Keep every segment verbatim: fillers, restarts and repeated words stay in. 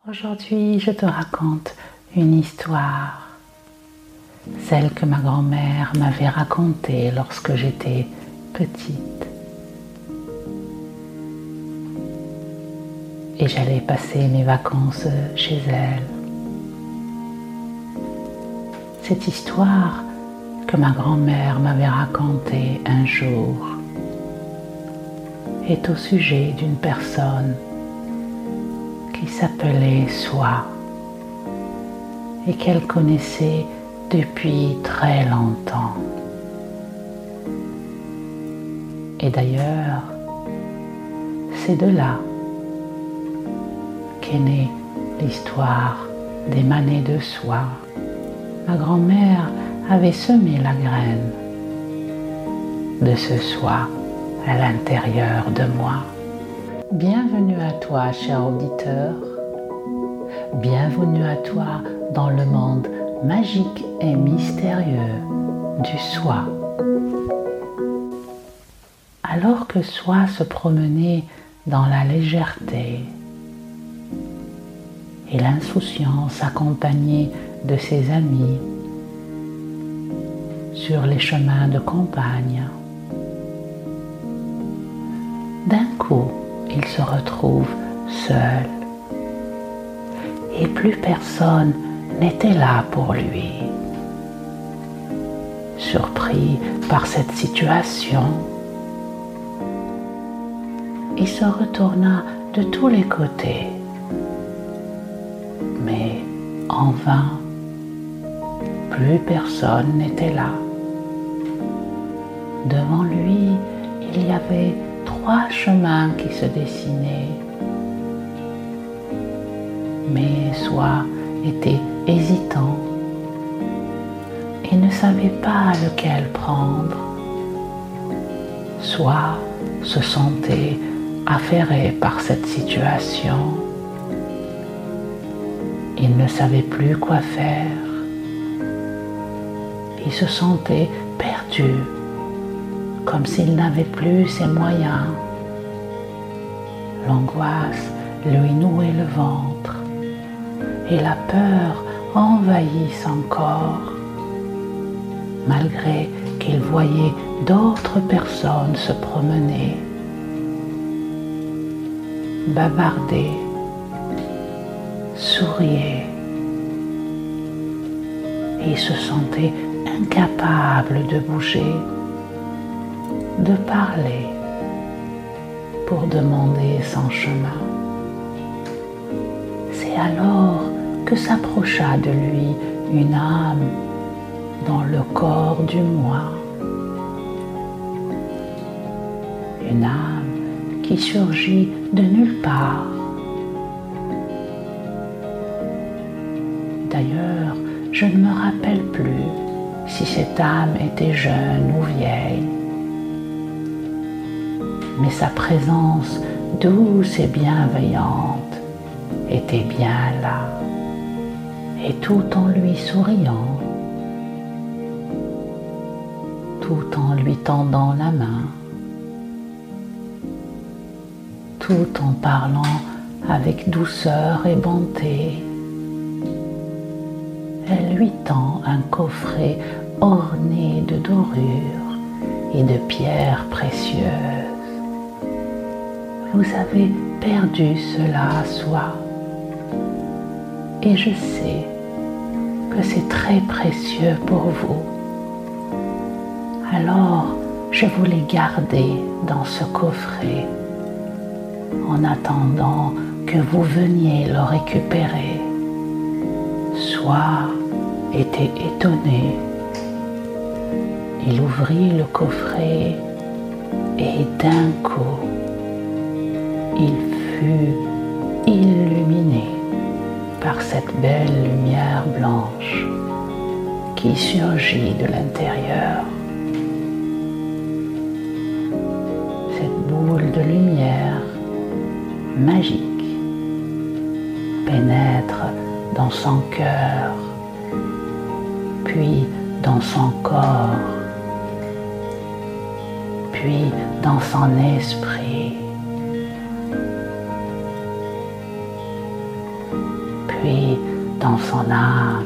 Aujourd'hui, je te raconte une histoire, celle que ma grand-mère m'avait racontée lorsque j'étais petite. Et j'allais passer mes vacances chez elle. Cette histoire que ma grand-mère m'avait racontée un jour est au sujet d'une personne qui s'appelait Soi et qu'elle connaissait depuis très longtemps. Et d'ailleurs, c'est de là qu'est née l'histoire des manets de Soi. Ma grand-mère avait semé la graine de ce Soi à l'intérieur de moi. Bienvenue à toi, cher auditeur. Bienvenue à toi dans le monde magique et mystérieux du Soi. Alors que Soi se promenait dans la légèreté et l'insouciance accompagnée de ses amis sur les chemins de campagne, d'un coup, il se retrouve seul et plus personne n'était là pour lui. Surpris par cette situation, il se retourna de tous les côtés, mais en vain, plus personne n'était là. Devant lui, il y avait trois chemins qui se dessinaient, mais Soi était hésitant et ne savait pas lequel prendre. Soi se sentait affairé par cette situation. Il ne savait plus quoi faire. Il se sentait perdu, comme s'il n'avait plus ses moyens. L'angoisse lui nouait le ventre et la peur envahit son corps, malgré qu'il voyait d'autres personnes se promener, bavarder, sourire. Et il se sentait incapable de bouger, de parler pour demander son chemin. C'est alors que s'approcha de lui une âme dans le corps du moi. Une âme qui surgit de nulle part. D'ailleurs, je ne me rappelle plus si cette âme était jeune ou vieille. Mais sa présence douce et bienveillante était bien là, et tout en lui souriant, tout en lui tendant la main, tout en parlant avec douceur et bonté. Elle lui tend un coffret orné de dorures et de pierres précieuses. Vous avez perdu cela, Soi, et je sais que c'est très précieux pour vous. Alors, je vous l'ai gardé dans ce coffret en attendant que vous veniez le récupérer. Soi était étonné. Il ouvrit le coffret et d'un coup, il fut illuminé par cette belle lumière blanche qui surgit de l'intérieur. Cette boule de lumière magique pénètre dans son cœur, puis dans son corps, puis dans son esprit. puis dans son âme.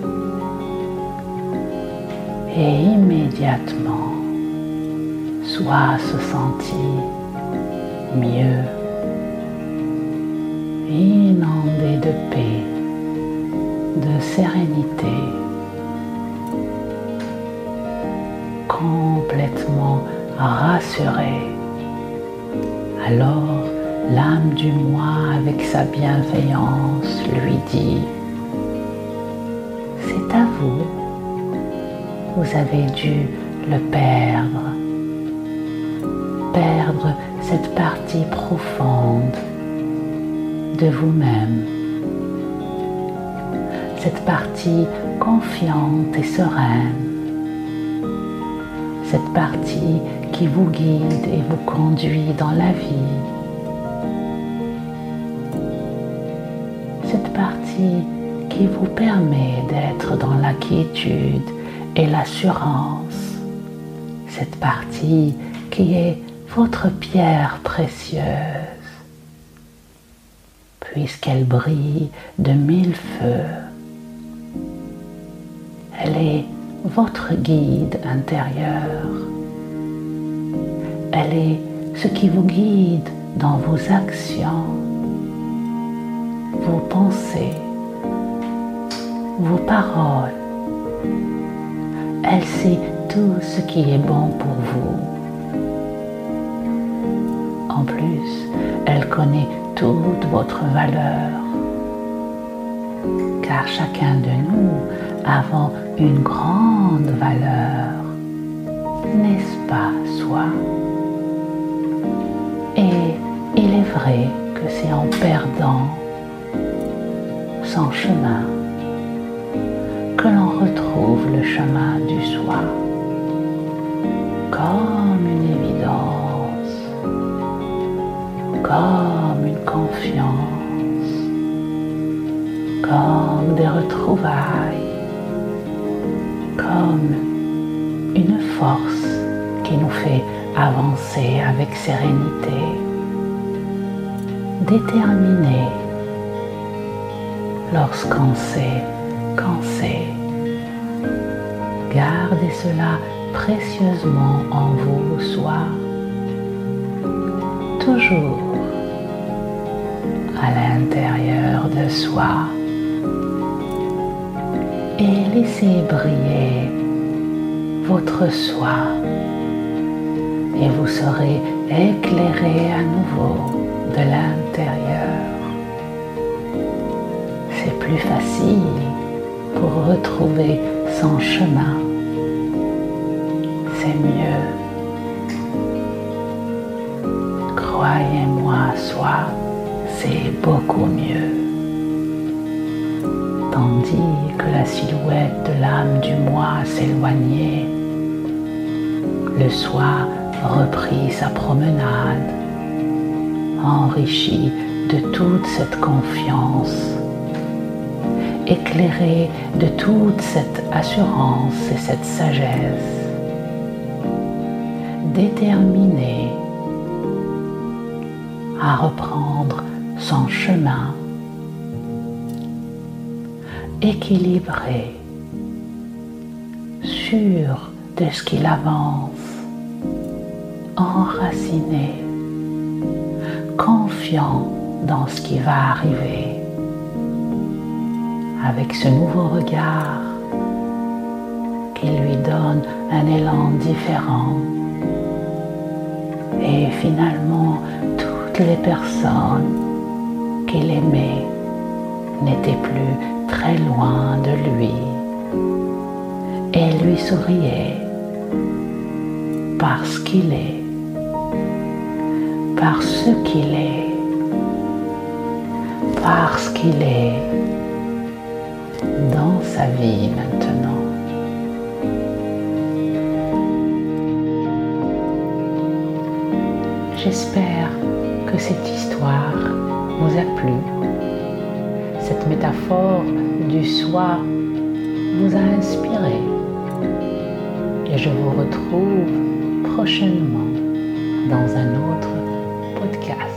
Et immédiatement, Soi se sentit mieux, inondé de paix, de sérénité, complètement rassuré. Alors, l'âme du moi, avec sa bienveillance, lui dit : « C'est à vous, vous avez dû le perdre, perdre cette partie profonde de vous-même, cette partie confiante et sereine, cette partie qui vous guide et vous conduit dans la vie, cette partie qui vous permet d'être dans la quiétude et l'assurance, cette partie qui est votre pierre précieuse, puisqu'elle brille de mille feux. Elle est votre guide intérieur. Elle est ce qui vous guide dans vos actions, vos pensées, vos paroles. Elle sait tout ce qui est bon pour vous. En plus, elle connaît toute votre valeur, car chacun de nous avons une grande valeur, n'est-ce pas, Soi? Et il est vrai que c'est en perdant son chemin que l'on retrouve le chemin du Soi, comme une évidence, comme une confiance, comme des retrouvailles, comme une force qui nous fait avancer avec sérénité, déterminé lorsqu'on sait qu'en sait. Gardez cela précieusement en vous, Soi, toujours à l'intérieur de soi, et laissez briller votre Soi, et vous serez éclairé à nouveau de l'intérieur. C'est plus facile pour retrouver son chemin. C'est mieux. Croyez-moi, Soi, c'est beaucoup mieux. Tandis que la silhouette de l'âme du moi s'éloignait, le Soi reprit sa promenade, enrichi de toute cette confiance, éclairé de toute cette assurance et cette sagesse, déterminé à reprendre son chemin, équilibré, sûr de ce qu'il avance, enraciné, confiant dans ce qui va arriver. Avec ce nouveau regard qui lui donne un élan différent. Et finalement, toutes les personnes qu'il aimait n'étaient plus très loin de lui et lui souriaient parce qu'il est, parce qu'il est, parce qu'il est dans sa vie maintenant. J'espère que cette histoire vous a plu. Cette métaphore du soi vous a inspiré. Et je vous retrouve prochainement dans un autre podcast.